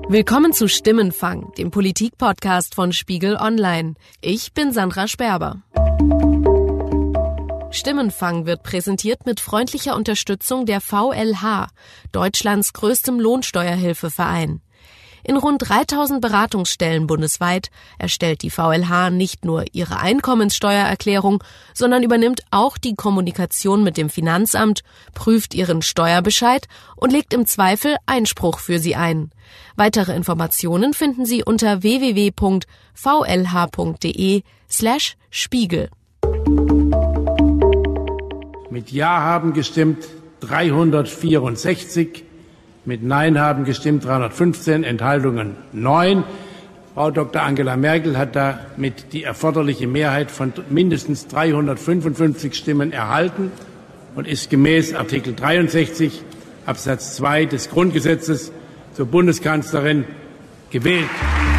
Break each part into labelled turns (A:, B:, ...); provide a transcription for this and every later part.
A: Willkommen zu Stimmenfang, dem Politik-Podcast von Spiegel Online. Ich bin Sandra Sperber. Stimmenfang wird präsentiert mit freundlicher Unterstützung der VLH, Deutschlands größtem Lohnsteuerhilfeverein. In rund 3000 Beratungsstellen bundesweit erstellt die VLH nicht nur ihre Einkommenssteuererklärung, sondern übernimmt auch die Kommunikation mit dem Finanzamt, prüft ihren Steuerbescheid und legt im Zweifel Einspruch für sie ein. Weitere Informationen finden Sie unter www.vlh.de/Spiegel.
B: Mit Ja haben gestimmt 364, mit Nein haben gestimmt 315, Enthaltungen 9. Frau Dr. Angela Merkel hat damit die erforderliche Mehrheit von mindestens 355 Stimmen erhalten und ist gemäß Artikel 63 Absatz 2 des Grundgesetzes zur Bundeskanzlerin gewählt.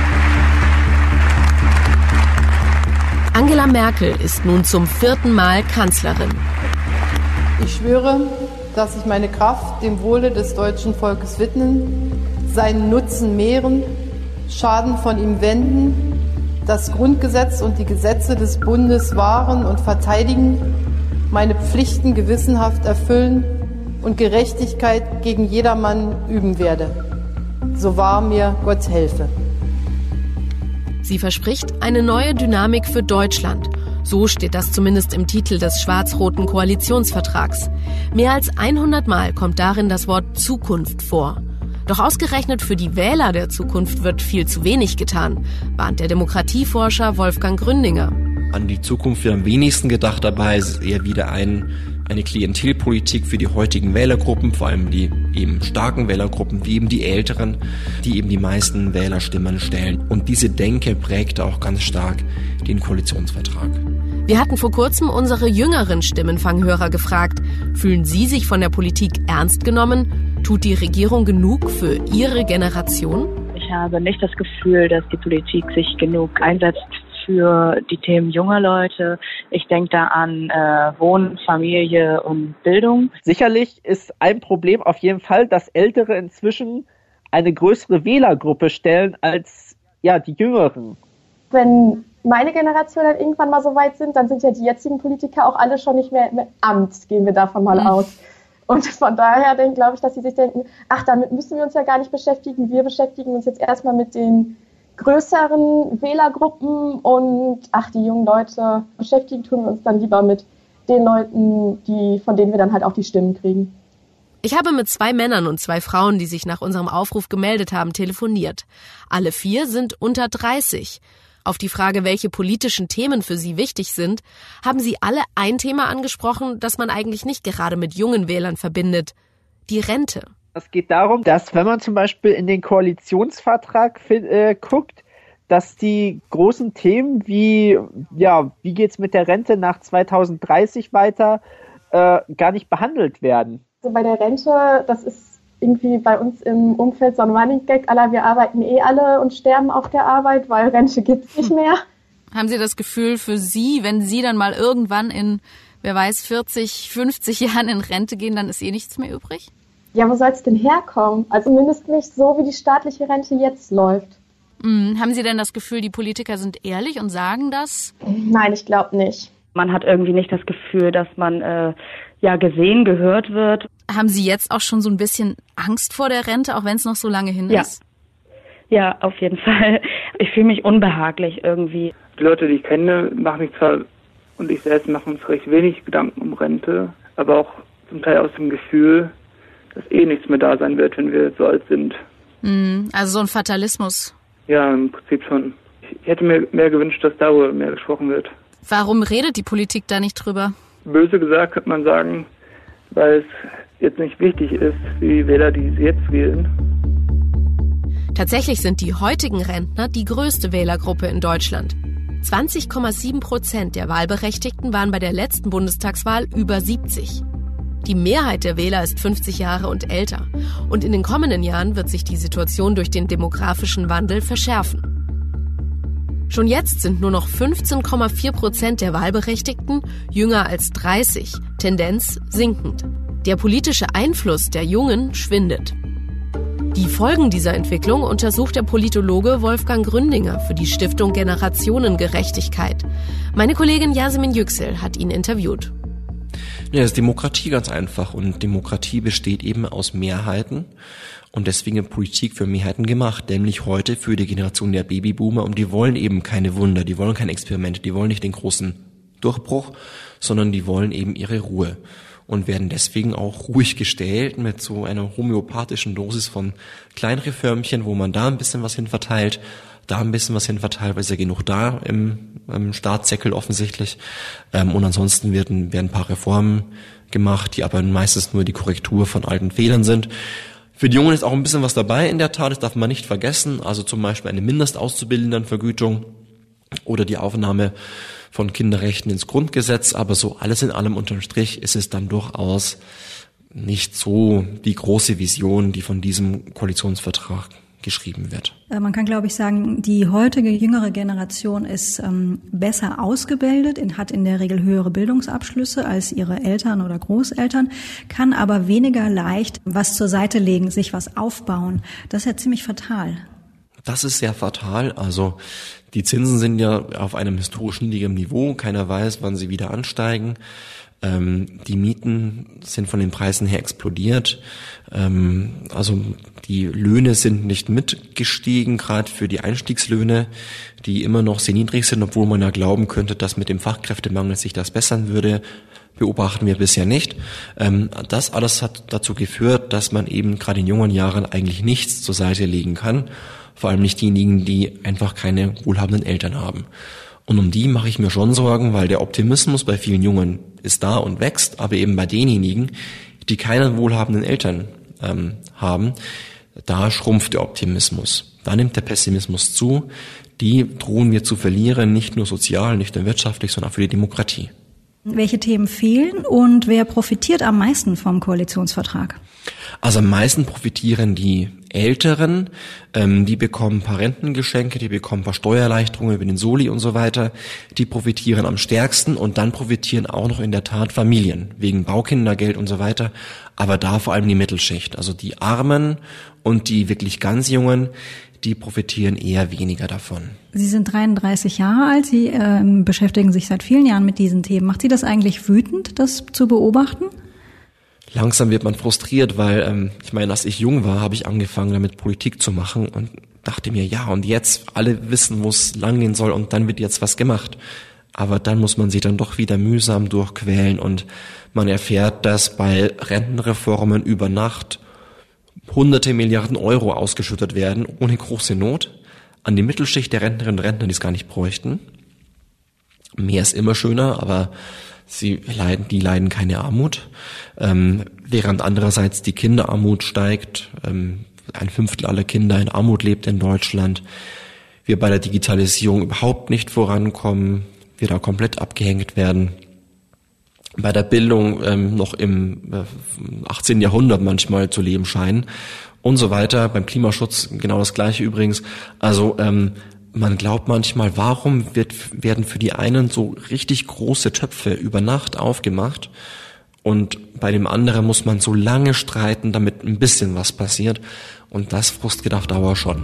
A: Angela Merkel ist nun zum 4. Mal Kanzlerin.
C: Ich schwöre, dass ich meine Kraft dem Wohle des deutschen Volkes widmen, seinen Nutzen mehren, Schaden von ihm wenden, das Grundgesetz und die Gesetze des Bundes wahren und verteidigen, meine Pflichten gewissenhaft erfüllen und Gerechtigkeit gegen jedermann üben werde. So wahr mir Gott helfe.
A: Sie verspricht eine neue Dynamik für Deutschland. So steht das zumindest im Titel des schwarz-roten Koalitionsvertrags. Mehr als 100 Mal kommt darin das Wort Zukunft vor. Doch ausgerechnet für die Wähler der Zukunft wird viel zu wenig getan, warnt der Demokratieforscher Wolfgang Gründinger.
D: An die Zukunft wird am wenigsten gedacht dabei. Es ist eher wieder eine Klientelpolitik für die heutigen Wählergruppen, vor allem die eben starken Wählergruppen, wie eben die Älteren, die eben die meisten Wählerstimmen stellen. Und diese Denke prägt auch ganz stark den Koalitionsvertrag.
A: Wir hatten vor kurzem unsere jüngeren Stimmenfanghörer gefragt, fühlen Sie sich von der Politik ernst genommen? Tut die Regierung genug für Ihre Generation?
E: Ich habe nicht das Gefühl, dass die Politik sich genug einsetzt für die Themen junger Leute. Ich denke da an Wohnen, Familie und Bildung.
F: Sicherlich ist ein Problem auf jeden Fall, dass Ältere inzwischen eine größere Wählergruppe stellen als die Jüngeren.
G: Wenn meine Generation dann irgendwann mal so weit sind, dann sind ja die jetzigen Politiker auch alle schon nicht mehr im Amt, gehen wir davon mal aus. Und von daher glaube ich, dass sie sich denken, damit müssen wir uns ja gar nicht beschäftigen. Wir beschäftigen uns jetzt erstmal mit den größeren Wählergruppen und die jungen Leute beschäftigen tun wir uns dann lieber mit den Leuten, von denen wir dann halt auch die Stimmen kriegen.
A: Ich habe mit 2 Männern und 2 Frauen, die sich nach unserem Aufruf gemeldet haben, telefoniert. Alle 4 sind unter 30. Auf die Frage, welche politischen Themen für sie wichtig sind, haben sie alle ein Thema angesprochen, das man eigentlich nicht gerade mit jungen Wählern verbindet: die Rente.
F: Es geht darum, dass wenn man zum Beispiel in den Koalitionsvertrag guckt, dass die großen Themen wie geht's mit der Rente nach 2030 weiter, gar nicht behandelt werden.
G: Also bei der Rente, das ist irgendwie bei uns im Umfeld so ein Running Gag, wir arbeiten alle und sterben auf der Arbeit, weil Rente gibt's nicht mehr.
H: Haben Sie das Gefühl für Sie, wenn Sie dann mal irgendwann in, 40, 50 Jahren in Rente gehen, dann ist nichts mehr übrig?
G: Ja, wo soll es denn herkommen? Also zumindest nicht so, wie die staatliche Rente jetzt läuft.
H: Haben Sie denn das Gefühl, die Politiker sind ehrlich und sagen das?
G: Nein, ich glaube nicht.
E: Man hat irgendwie nicht das Gefühl, dass man gesehen, gehört wird.
H: Haben Sie jetzt auch schon so ein bisschen Angst vor der Rente, auch wenn es noch so lange hin ist?
E: Ja, auf jeden Fall. Ich fühle mich unbehaglich irgendwie.
I: Die Leute, die ich kenne, machen sich zwar, und ich selbst mache uns recht wenig Gedanken um Rente, aber auch zum Teil aus dem Gefühl, dass nichts mehr da sein wird, wenn wir so alt sind.
H: Also so ein Fatalismus.
I: Ja, im Prinzip schon. Ich hätte mir mehr gewünscht, dass darüber mehr gesprochen wird.
H: Warum redet die Politik da nicht drüber?
I: Böse gesagt könnte man sagen, weil es jetzt nicht wichtig ist, wie Wähler, die sie jetzt wählen.
A: Tatsächlich sind die heutigen Rentner die größte Wählergruppe in Deutschland. 20,7% der Wahlberechtigten waren bei der letzten Bundestagswahl über 70. Die Mehrheit der Wähler ist 50 Jahre und älter. Und in den kommenden Jahren wird sich die Situation durch den demografischen Wandel verschärfen. Schon jetzt sind nur noch 15,4% der Wahlberechtigten jünger als 30, Tendenz sinkend. Der politische Einfluss der Jungen schwindet. Die Folgen dieser Entwicklung untersucht der Politologe Wolfgang Gründinger für die Stiftung Generationengerechtigkeit. Meine Kollegin Yasemin Yüksel hat ihn interviewt.
D: Ja, das ist Demokratie ganz einfach und Demokratie besteht eben aus Mehrheiten und deswegen Politik für Mehrheiten gemacht, nämlich heute für die Generation der Babyboomer und die wollen eben keine Wunder, die wollen kein Experiment, die wollen nicht den großen Durchbruch, sondern die wollen eben ihre Ruhe und werden deswegen auch ruhig gestellt mit so einer homöopathischen Dosis von Kleinreformchen, wo man da ein bisschen was hinverteilt, da ein bisschen was hinverteilt, weil ist ja genug da im Staatssäckel offensichtlich. Und ansonsten werden ein paar Reformen gemacht, die aber meistens nur die Korrektur von alten Fehlern sind. Für die Jungen ist auch ein bisschen was dabei in der Tat, das darf man nicht vergessen. Also zum Beispiel eine Mindestauszubildendenvergütung oder die Aufnahme von Kinderrechten ins Grundgesetz. Aber so alles in allem unterm Strich ist es dann durchaus nicht so die große Vision, die von diesem Koalitionsvertrag geschrieben wird.
J: Man kann, glaube ich, sagen, die heutige jüngere Generation ist besser ausgebildet, hat in der Regel höhere Bildungsabschlüsse als ihre Eltern oder Großeltern, kann aber weniger leicht was zur Seite legen, sich was aufbauen. Das ist ja ziemlich fatal.
D: Das ist sehr fatal. Also die Zinsen sind ja auf einem historisch niedrigen Niveau. Keiner weiß, wann sie wieder ansteigen. Die Mieten sind von den Preisen her explodiert. Also die Löhne sind nicht mitgestiegen, gerade für die Einstiegslöhne, die immer noch sehr niedrig sind, obwohl man ja glauben könnte, dass mit dem Fachkräftemangel sich das bessern würde. Beobachten wir bisher nicht. Das alles hat dazu geführt, dass man eben gerade in jungen Jahren eigentlich nichts zur Seite legen kann. Vor allem nicht diejenigen, die einfach keine wohlhabenden Eltern haben. Und um die mache ich mir schon Sorgen, weil der Optimismus bei vielen Jungen ist da und wächst, aber eben bei denjenigen, die keine wohlhabenden Eltern haben, da schrumpft der Optimismus. Da nimmt der Pessimismus zu. Die drohen wir zu verlieren, nicht nur sozial, nicht nur wirtschaftlich, sondern auch für die Demokratie.
J: Welche Themen fehlen und wer profitiert am meisten vom Koalitionsvertrag?
D: Also am meisten profitieren die Älteren, die bekommen ein paar Rentengeschenke, die bekommen ein paar Steuererleichterungen über den Soli und so weiter. Die profitieren am stärksten und dann profitieren auch noch in der Tat Familien, wegen Baukindergeld und so weiter. Aber da vor allem die Mittelschicht, also die Armen und die wirklich ganz Jungen, die profitieren eher weniger davon.
J: Sie sind 33 Jahre alt, Sie beschäftigen sich seit vielen Jahren mit diesen Themen. Macht Sie das eigentlich wütend, das zu beobachten?
D: Langsam wird man frustriert, weil ich meine, als ich jung war, habe ich angefangen damit Politik zu machen und dachte mir, ja und jetzt, alle wissen, wo es langgehen soll und dann wird jetzt was gemacht. Aber dann muss man sich dann doch wieder mühsam durchquälen und man erfährt, dass bei Rentenreformen über Nacht hunderte Milliarden Euro ausgeschüttet werden, ohne große Not, an die Mittelschicht der Rentnerinnen und Rentner, die es gar nicht bräuchten. Mehr ist immer schöner, aber die leiden keine Armut, während andererseits die Kinderarmut steigt. 1/5 aller Kinder in Armut lebt in Deutschland. Wir bei der Digitalisierung überhaupt nicht vorankommen, wir da komplett abgehängt werden. Bei der Bildung noch im 18. Jahrhundert manchmal zu leben scheinen und so weiter. Beim Klimaschutz genau das Gleiche übrigens. Also man glaubt manchmal, warum werden für die einen so richtig große Töpfe über Nacht aufgemacht und bei dem anderen muss man so lange streiten, damit ein bisschen was passiert. Und das frustriert auf Dauer schon.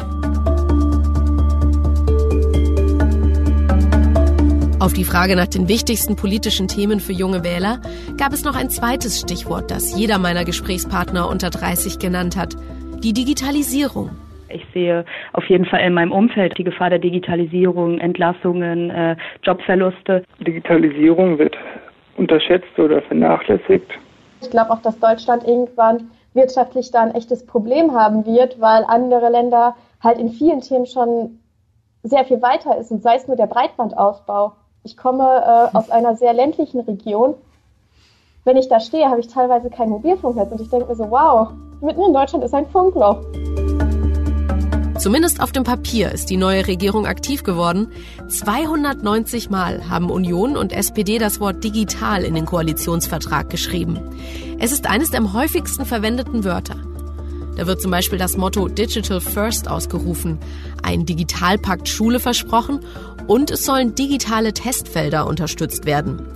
A: Auf die Frage nach den wichtigsten politischen Themen für junge Wähler gab es noch ein zweites Stichwort, das jeder meiner Gesprächspartner unter 30 genannt hat: die Digitalisierung.
E: Ich sehe auf jeden Fall in meinem Umfeld die Gefahr der Digitalisierung, Entlassungen, Jobverluste.
I: Digitalisierung wird unterschätzt oder vernachlässigt.
G: Ich glaube auch, dass Deutschland irgendwann wirtschaftlich da ein echtes Problem haben wird, weil andere Länder halt in vielen Themen schon sehr viel weiter ist und sei es nur der Breitbandausbau. Ich komme aus einer sehr ländlichen Region. Wenn ich da stehe, habe ich teilweise kein Mobilfunknetz und ich denke mir so, wow, mitten in Deutschland ist ein Funkloch.
A: Zumindest auf dem Papier ist die neue Regierung aktiv geworden. 290 Mal haben Union und SPD das Wort digital in den Koalitionsvertrag geschrieben. Es ist eines der am häufigsten verwendeten Wörter. Da wird zum Beispiel das Motto Digital First ausgerufen, ein Digitalpakt Schule versprochen und es sollen digitale Testfelder unterstützt werden.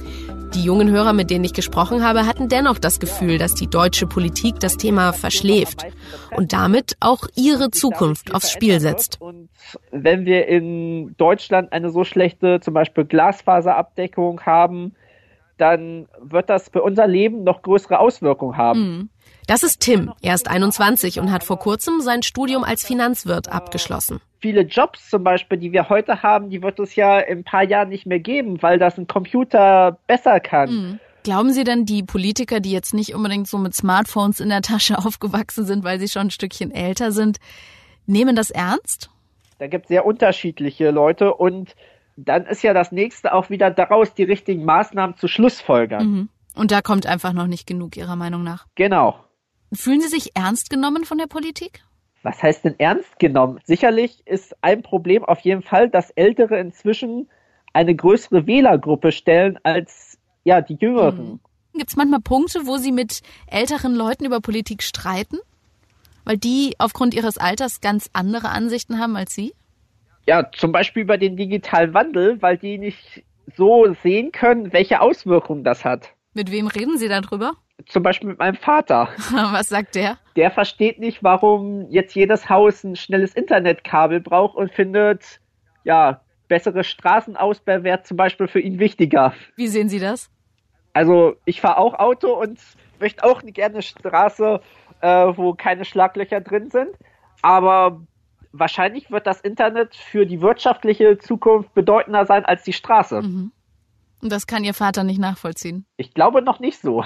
A: Die jungen Hörer, mit denen ich gesprochen habe, hatten dennoch das Gefühl, dass die deutsche Politik das Thema verschläft und damit auch ihre Zukunft aufs Spiel setzt.
F: Und wenn wir in Deutschland eine so schlechte, zum Beispiel Glasfaserabdeckung haben, dann wird das für unser Leben noch größere Auswirkungen haben.
A: Das ist Tim. Er ist 21 und hat vor kurzem sein Studium als Finanzwirt abgeschlossen.
F: Viele Jobs zum Beispiel, die wir heute haben, die wird es ja in ein paar Jahren nicht mehr geben, weil das ein Computer besser kann.
H: Glauben Sie denn, die Politiker, die jetzt nicht unbedingt so mit Smartphones in der Tasche aufgewachsen sind, weil sie schon ein Stückchen älter sind, nehmen das ernst?
F: Da gibt es sehr unterschiedliche Leute und dann ist ja das nächste auch wieder daraus, die richtigen Maßnahmen zu schlussfolgern.
H: Und da kommt einfach noch nicht genug Ihrer Meinung nach.
F: Genau.
H: Fühlen Sie sich ernst genommen von der Politik?
F: Was heißt denn ernst genommen? Sicherlich ist ein Problem auf jeden Fall, dass Ältere inzwischen eine größere Wählergruppe stellen als die Jüngeren.
H: Gibt es manchmal Punkte, wo Sie mit älteren Leuten über Politik streiten? Weil die aufgrund ihres Alters ganz andere Ansichten haben als Sie?
F: Ja, zum Beispiel über den digitalen Wandel, weil die nicht so sehen können, welche Auswirkungen das hat.
H: Mit wem reden Sie darüber?
F: Zum Beispiel mit meinem Vater.
H: Was sagt der?
F: Der versteht nicht, warum jetzt jedes Haus ein schnelles Internetkabel braucht und findet, bessere Straßenausbau wäre zum Beispiel für ihn wichtiger.
H: Wie sehen Sie das?
F: Also ich fahre auch Auto und möchte auch gerne eine Straße, wo keine Schlaglöcher drin sind. Aber wahrscheinlich wird das Internet für die wirtschaftliche Zukunft bedeutender sein als die Straße.
H: Und das kann Ihr Vater nicht nachvollziehen?
F: Ich glaube noch nicht so.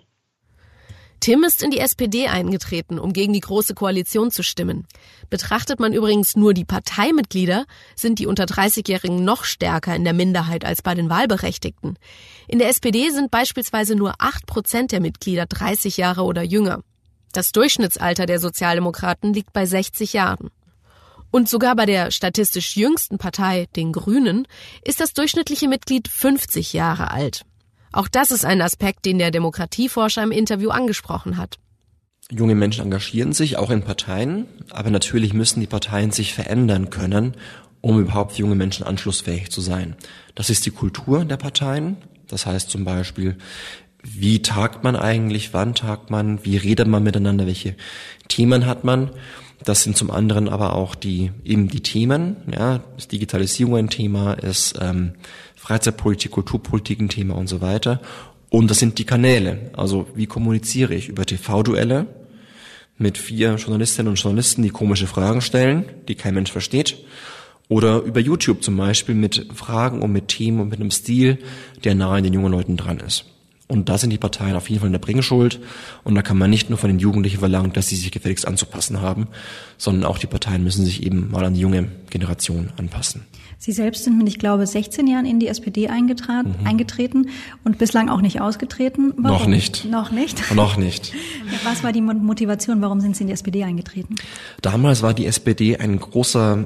A: Tim ist in die SPD eingetreten, um gegen die Große Koalition zu stimmen. Betrachtet man übrigens nur die Parteimitglieder, sind die unter 30-Jährigen noch stärker in der Minderheit als bei den Wahlberechtigten. In der SPD sind beispielsweise nur 8% der Mitglieder 30 Jahre oder jünger. Das Durchschnittsalter der Sozialdemokraten liegt bei 60 Jahren. Und sogar bei der statistisch jüngsten Partei, den Grünen, ist das durchschnittliche Mitglied 50 Jahre alt. Auch das ist ein Aspekt, den der Demokratieforscher im Interview angesprochen hat.
D: Junge Menschen engagieren sich auch in Parteien, aber natürlich müssen die Parteien sich verändern können, um überhaupt für junge Menschen anschlussfähig zu sein. Das ist die Kultur der Parteien. Das heißt zum Beispiel, wie tagt man eigentlich, wann tagt man, wie redet man miteinander, welche Themen hat man. Das sind zum anderen aber auch die Themen, ist Digitalisierung ein Thema, ist Freizeitpolitik, Kulturpolitik ein Thema und so weiter. Und das sind die Kanäle. Also wie kommuniziere ich über TV-Duelle mit 4 Journalistinnen und Journalisten, die komische Fragen stellen, die kein Mensch versteht. Oder über YouTube zum Beispiel mit Fragen und mit Themen und mit einem Stil, der nahe an den jungen Leuten dran ist. Und da sind die Parteien auf jeden Fall in der Bringschuld. Und da kann man nicht nur von den Jugendlichen verlangen, dass sie sich gefälligst anzupassen haben, sondern auch die Parteien müssen sich eben mal an die junge Generation anpassen.
J: Sie selbst sind mit, ich glaube, 16 Jahren in die SPD eingetreten und bislang auch nicht ausgetreten. Warum?
D: Noch nicht.
J: Noch nicht?
D: Noch nicht.
J: Was war die Motivation? Warum sind Sie in die SPD eingetreten?
D: Damals war die SPD ein großer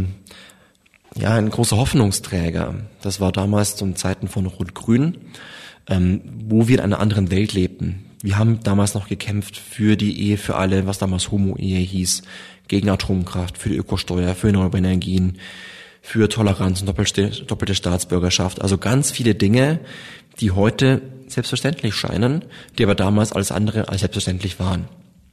D: Hoffnungsträger. Das war damals zu Zeiten von Rot-Grün, wo wir in einer anderen Welt lebten. Wir haben damals noch gekämpft für die Ehe für alle, was damals Homo-Ehe hieß, gegen Atomkraft, für die Ökosteuer, für erneuerbare Energien, für Toleranz und doppelte Staatsbürgerschaft. Also ganz viele Dinge, die heute selbstverständlich scheinen, die aber damals alles andere als selbstverständlich waren.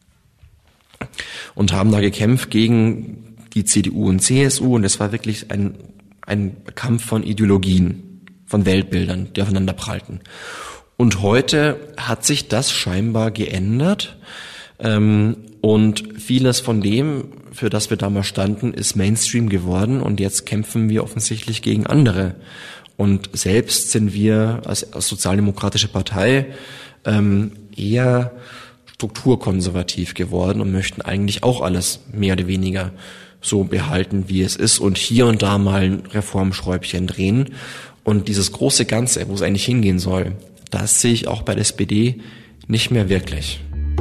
D: Und haben da gekämpft gegen die CDU und CSU und es war wirklich ein Kampf von Ideologien, von Weltbildern, die aufeinander prallten. Und heute hat sich das scheinbar geändert und vieles von dem, für das wir damals standen, ist Mainstream geworden und jetzt kämpfen wir offensichtlich gegen andere. Und selbst sind wir als sozialdemokratische Partei eher strukturkonservativ geworden und möchten eigentlich auch alles mehr oder weniger so behalten, wie es ist und hier und da mal ein Reformschräubchen drehen. Und dieses große Ganze, wo es eigentlich hingehen soll, das sehe ich auch bei der SPD nicht mehr wirklich.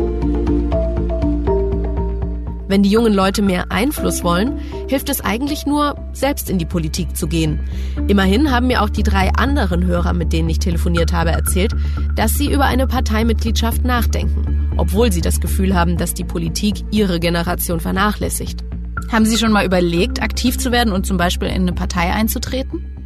A: Wenn die jungen Leute mehr Einfluss wollen, hilft es eigentlich nur, selbst in die Politik zu gehen. Immerhin haben mir auch die 3 anderen Hörer, mit denen ich telefoniert habe, erzählt, dass sie über eine Parteimitgliedschaft nachdenken, obwohl sie das Gefühl haben, dass die Politik ihre Generation vernachlässigt.
H: Haben Sie schon mal überlegt, aktiv zu werden und zum Beispiel in eine Partei einzutreten?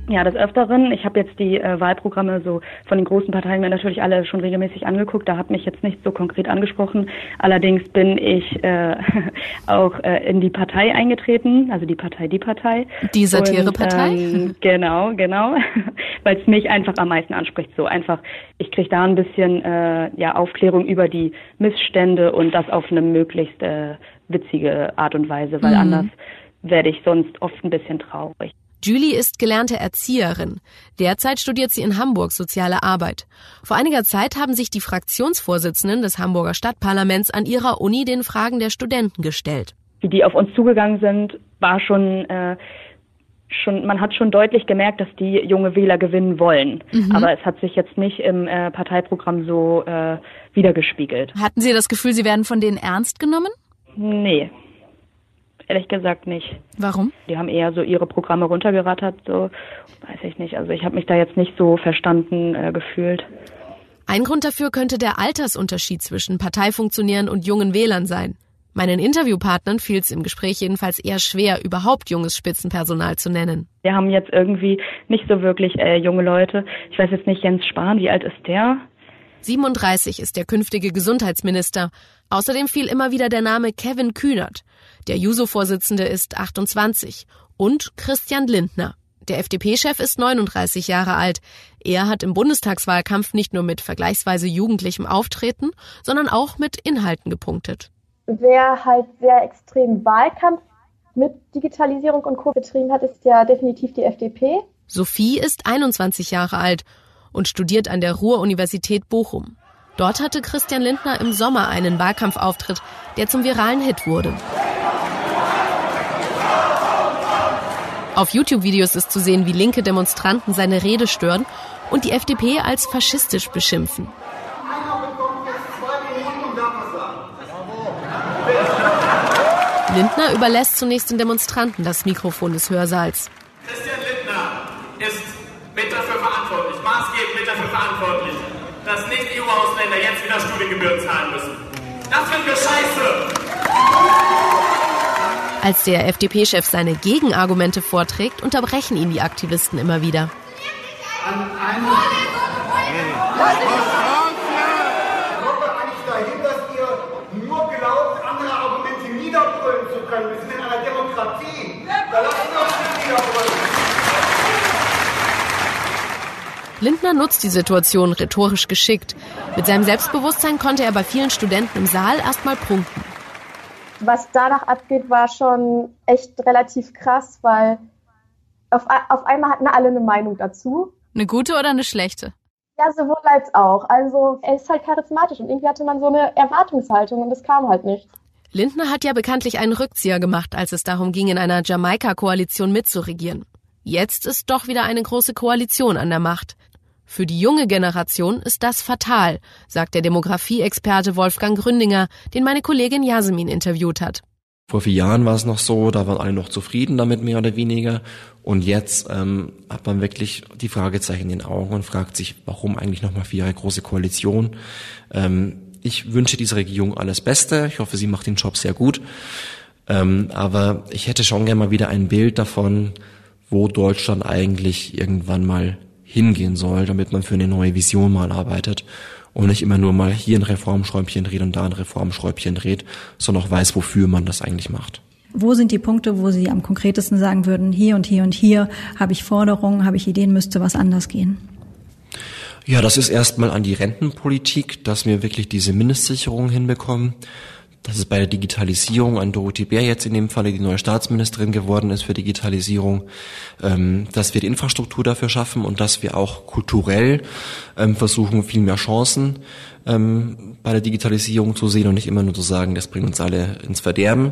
E: Ja, des Öfteren. Ich habe jetzt die Wahlprogramme so von den großen Parteien mir natürlich alle schon regelmäßig angeguckt. Da hat mich jetzt nicht so konkret angesprochen. Allerdings bin ich auch in die Partei eingetreten, also die Partei.
H: Die Satirepartei?
E: Genau. Weil es mich einfach am meisten anspricht. So einfach, ich kriege da ein bisschen Aufklärung über die Missstände und das auf eine möglichst witzige Art und Weise, weil anders werde ich sonst oft ein bisschen traurig.
A: Julie ist gelernte Erzieherin. Derzeit studiert sie in Hamburg Soziale Arbeit. Vor einiger Zeit haben sich die Fraktionsvorsitzenden des Hamburger Stadtparlaments an ihrer Uni den Fragen der Studenten gestellt.
E: Wie die auf uns zugegangen sind, war schon man hat schon deutlich gemerkt, dass die junge Wähler gewinnen wollen. Aber es hat sich jetzt nicht im Parteiprogramm so wiedergespiegelt.
H: Hatten Sie das Gefühl, Sie werden von denen ernst genommen?
E: Nee. Ehrlich gesagt nicht.
H: Warum?
E: Die haben eher so ihre Programme runtergerattert, so, weiß ich nicht. Also ich habe mich da jetzt nicht so verstanden gefühlt.
A: Ein Grund dafür könnte der Altersunterschied zwischen Parteifunktionären und jungen Wählern sein. Meinen Interviewpartnern fiel es im Gespräch jedenfalls eher schwer, überhaupt junges Spitzenpersonal zu nennen.
E: Wir haben jetzt irgendwie nicht so wirklich junge Leute. Ich weiß jetzt nicht, Jens Spahn, wie alt ist der?
A: 37 ist der künftige Gesundheitsminister. Außerdem fiel immer wieder der Name Kevin Kühnert. Der Juso-Vorsitzende ist 28. Und Christian Lindner. Der FDP-Chef ist 39 Jahre alt. Er hat im Bundestagswahlkampf nicht nur mit vergleichsweise jugendlichem Auftreten, sondern auch mit Inhalten gepunktet.
G: Wer halt sehr extrem Wahlkampf mit Digitalisierung und Co. betrieben hat, ist ja definitiv die FDP.
A: Sophie ist 21 Jahre alt und studiert an der Ruhr-Universität Bochum. Dort hatte Christian Lindner im Sommer einen Wahlkampfauftritt, der zum viralen Hit wurde. Auf YouTube-Videos ist zu sehen, wie linke Demonstranten seine Rede stören und die FDP als faschistisch beschimpfen. Lindner überlässt zunächst den Demonstranten das Mikrofon des Hörsaals.
K: Christian Lindner ist mit dafür verantwortlich, maßgebend mit dafür verantwortlich, dass Nicht-EU-Ausländer jetzt wieder Studiengebühren zahlen müssen. Das finden wir scheiße!
A: Als der FDP-Chef seine Gegenargumente vorträgt, unterbrechen ihn die Aktivisten immer wieder.
K: Wir sind in einer Demokratie. Da lassen wir uns nicht niederbrüllen.
A: Lindner nutzt die Situation rhetorisch geschickt. Mit seinem Selbstbewusstsein konnte er bei vielen Studenten im Saal erstmal prunken.
G: Was danach abgeht, war schon echt relativ krass, weil auf einmal hatten alle eine Meinung dazu.
H: Eine gute oder eine schlechte?
G: Ja, sowohl als auch. Also er ist halt charismatisch und irgendwie hatte man so eine Erwartungshaltung und es kam halt nicht.
A: Lindner hat ja bekanntlich einen Rückzieher gemacht, als es darum ging, in einer Jamaika-Koalition mitzuregieren. Jetzt ist doch wieder eine große Koalition an der Macht. Für die junge Generation ist das fatal, sagt der Demografie-Experte Wolfgang Gründinger, den meine Kollegin Yasemin interviewt hat.
D: Vor 4 Jahren war es noch so, da waren alle noch zufrieden damit, mehr oder weniger. Und jetzt hat man wirklich die Fragezeichen in den Augen und fragt sich, warum eigentlich nochmal 4 Jahre große Koalition. Ich wünsche dieser Regierung alles Beste. Ich hoffe, sie macht den Job sehr gut. Aber ich hätte schon gerne mal wieder ein Bild davon, wo Deutschland eigentlich irgendwann mal hingehen soll, damit man für eine neue Vision mal arbeitet und nicht immer nur mal hier ein Reformschräubchen dreht und da ein Reformschräubchen dreht, sondern auch weiß, wofür man das eigentlich macht.
J: Wo sind die Punkte, wo Sie am konkretesten sagen würden, hier und hier und hier habe ich Forderungen, habe ich Ideen, müsste was anders gehen?
D: Ja, das ist erstmal an die Rentenpolitik, dass wir wirklich diese Mindestsicherung hinbekommen. Das ist bei der Digitalisierung an Dorothee Bär jetzt in dem Falle die neue Staatsministerin geworden ist für Digitalisierung, dass wir die Infrastruktur dafür schaffen und dass wir auch kulturell versuchen, viel mehr Chancen bei der Digitalisierung zu sehen und nicht immer nur zu sagen, das bringt uns alle ins Verderben.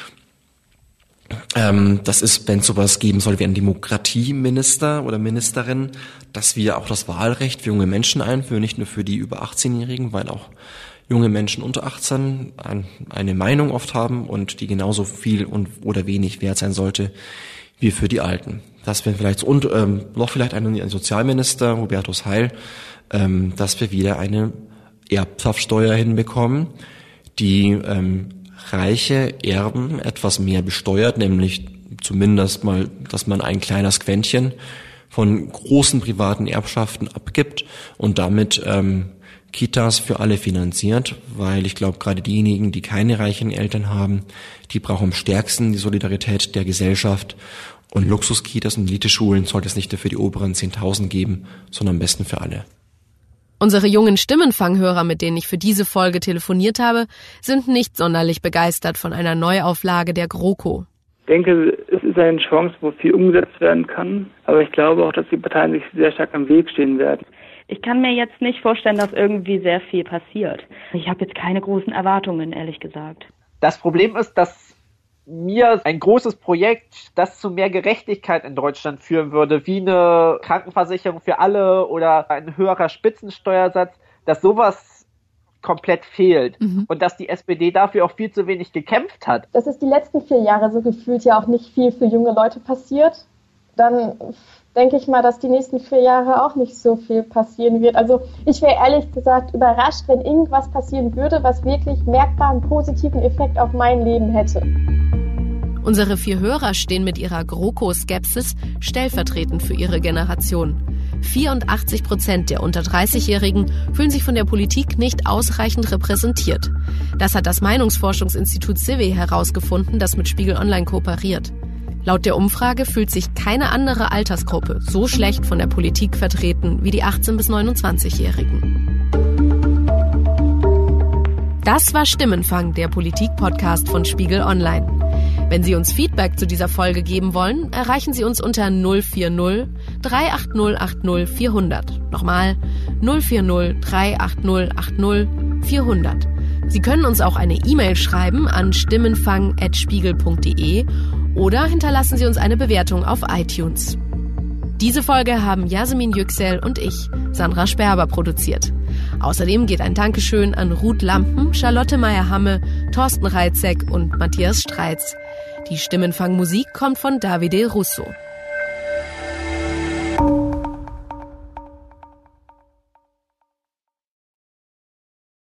D: Das ist, wenn es sowas geben soll wie ein Demokratieminister oder Ministerin, dass wir auch das Wahlrecht für junge Menschen einführen, nicht nur für die über 18-Jährigen, weil auch junge Menschen unter 18 eine Meinung oft haben und die genauso viel und oder wenig wert sein sollte wie für die Alten. Das wäre vielleicht und noch vielleicht ein Sozialminister, Hubertus Heil, dass wir wieder eine Erbschaftssteuer hinbekommen, die reiche Erben etwas mehr besteuert, nämlich zumindest mal, dass man ein kleines Quäntchen von großen privaten Erbschaften abgibt und damit Kitas für alle finanziert, weil ich glaube, gerade diejenigen, die keine reichen Eltern haben, die brauchen am stärksten die Solidarität der Gesellschaft. Und Luxuskitas und Eliteschulen sollte es nicht nur für die oberen 10.000 geben, sondern am besten für alle.
A: Unsere jungen Stimmenfanghörer, mit denen ich für diese Folge telefoniert habe, sind nicht sonderlich begeistert von einer Neuauflage der GroKo.
I: Ich denke, es ist eine Chance, wo viel umgesetzt werden kann. Aber ich glaube auch, dass die Parteien sich sehr stark am Weg stehen werden.
E: Ich kann mir jetzt nicht vorstellen, dass irgendwie sehr viel passiert. Ich habe jetzt keine großen Erwartungen, ehrlich gesagt.
F: Das Problem ist, dass mir ein großes Projekt, das zu mehr Gerechtigkeit in Deutschland führen würde, wie eine Krankenversicherung für alle oder ein höherer Spitzensteuersatz, dass sowas komplett fehlt und dass die SPD dafür auch viel zu wenig gekämpft hat.
G: Das ist die letzten 4 Jahre so gefühlt ja auch nicht viel für junge Leute passiert. Dann denke ich mal, dass die nächsten 4 Jahre auch nicht so viel passieren wird. Also ich wäre ehrlich gesagt überrascht, wenn irgendwas passieren würde, was wirklich merkbaren positiven Effekt auf mein Leben hätte.
A: Unsere 4 Hörer stehen mit ihrer GroKo-Skepsis stellvertretend für ihre Generation. 84% der unter 30-Jährigen fühlen sich von der Politik nicht ausreichend repräsentiert. Das hat das Meinungsforschungsinstitut CIVI herausgefunden, das mit Spiegel Online kooperiert. Laut der Umfrage fühlt sich keine andere Altersgruppe so schlecht von der Politik vertreten wie die 18- bis 29-Jährigen. Das war Stimmenfang, der Politik-Podcast von Spiegel Online. Wenn Sie uns Feedback zu dieser Folge geben wollen, erreichen Sie uns unter 040 380 80 400. Nochmal 040 380 80 400. Sie können uns auch eine E-Mail schreiben an stimmenfang@spiegel.de oder hinterlassen Sie uns eine Bewertung auf iTunes. Diese Folge haben Yasemin Yüksel und ich, Sandra Sperber, produziert. Außerdem geht ein Dankeschön an Ruth Lampen, Charlotte Meyer-Hamme, Thorsten Reitzek und Matthias Streitz. Die Stimmenfangmusik kommt von Davide Russo.